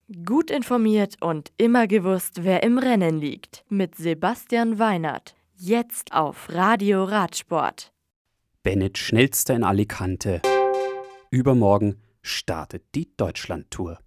Gut informiert und immer gewusst, wer im Rennen liegt. Mit Sebastian Weinert. Jetzt auf Radio Radsport. Bennett schnellster in Alicante. Übermorgen startet die Deutschlandtour.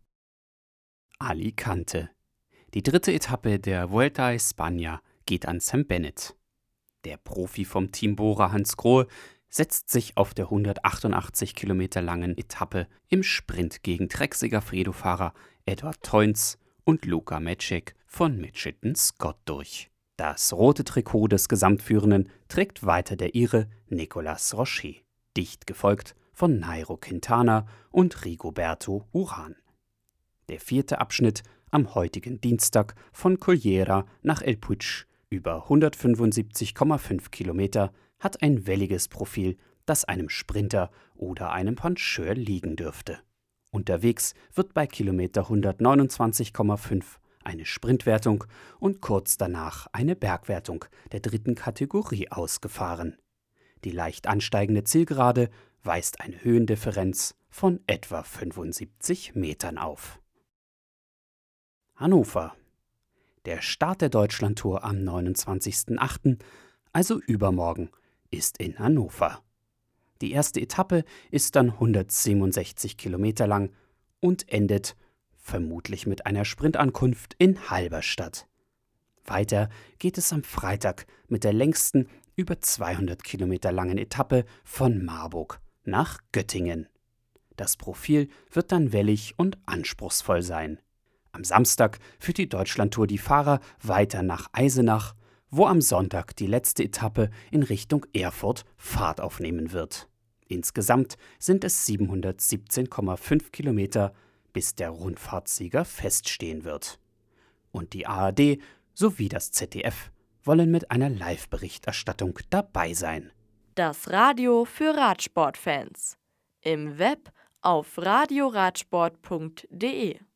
Alicante. Die dritte Etappe der Vuelta a España geht an Sam Bennett. Der Profi vom Team Bora Hans Grohe setzt sich auf der 188 Kilometer langen Etappe im Sprint gegen Trek-Segafredo-Fahrer Edward Theuns und Luka Mecek von Mitchelton Scott durch. Das rote Trikot des Gesamtführenden trägt weiter der Ire Nicolas Rocher, dicht gefolgt von Nairo Quintana und Rigoberto Urán. Der vierte Abschnitt am heutigen Dienstag von Cullera nach El Puig über 175,5 Kilometer hat ein welliges Profil, das einem Sprinter oder einem Puncheur liegen dürfte. Unterwegs wird bei Kilometer 129,5 eine Sprintwertung und kurz danach eine Bergwertung der dritten Kategorie ausgefahren. Die leicht ansteigende Zielgerade weist eine Höhendifferenz von etwa 75 Metern auf. Hannover. Der Start der Deutschlandtour am 29.08., also übermorgen, ist in Hannover. Die erste Etappe ist dann 167 Kilometer lang und endet vermutlich mit einer Sprintankunft in Halberstadt. Weiter geht es am Freitag mit der längsten, über 200 Kilometer langen Etappe von Marburg nach Göttingen. Das Profil wird dann wellig und anspruchsvoll sein. Am Samstag führt die Deutschlandtour die Fahrer weiter nach Eisenach, wo am Sonntag die letzte Etappe in Richtung Erfurt Fahrt aufnehmen wird. Insgesamt sind es 717,5 Kilometer, bis der Rundfahrtsieger feststehen wird. Und die ARD sowie das ZDF wollen mit einer Live-Berichterstattung dabei sein. Das Radio für Radsportfans. Im Web auf radioradsport.de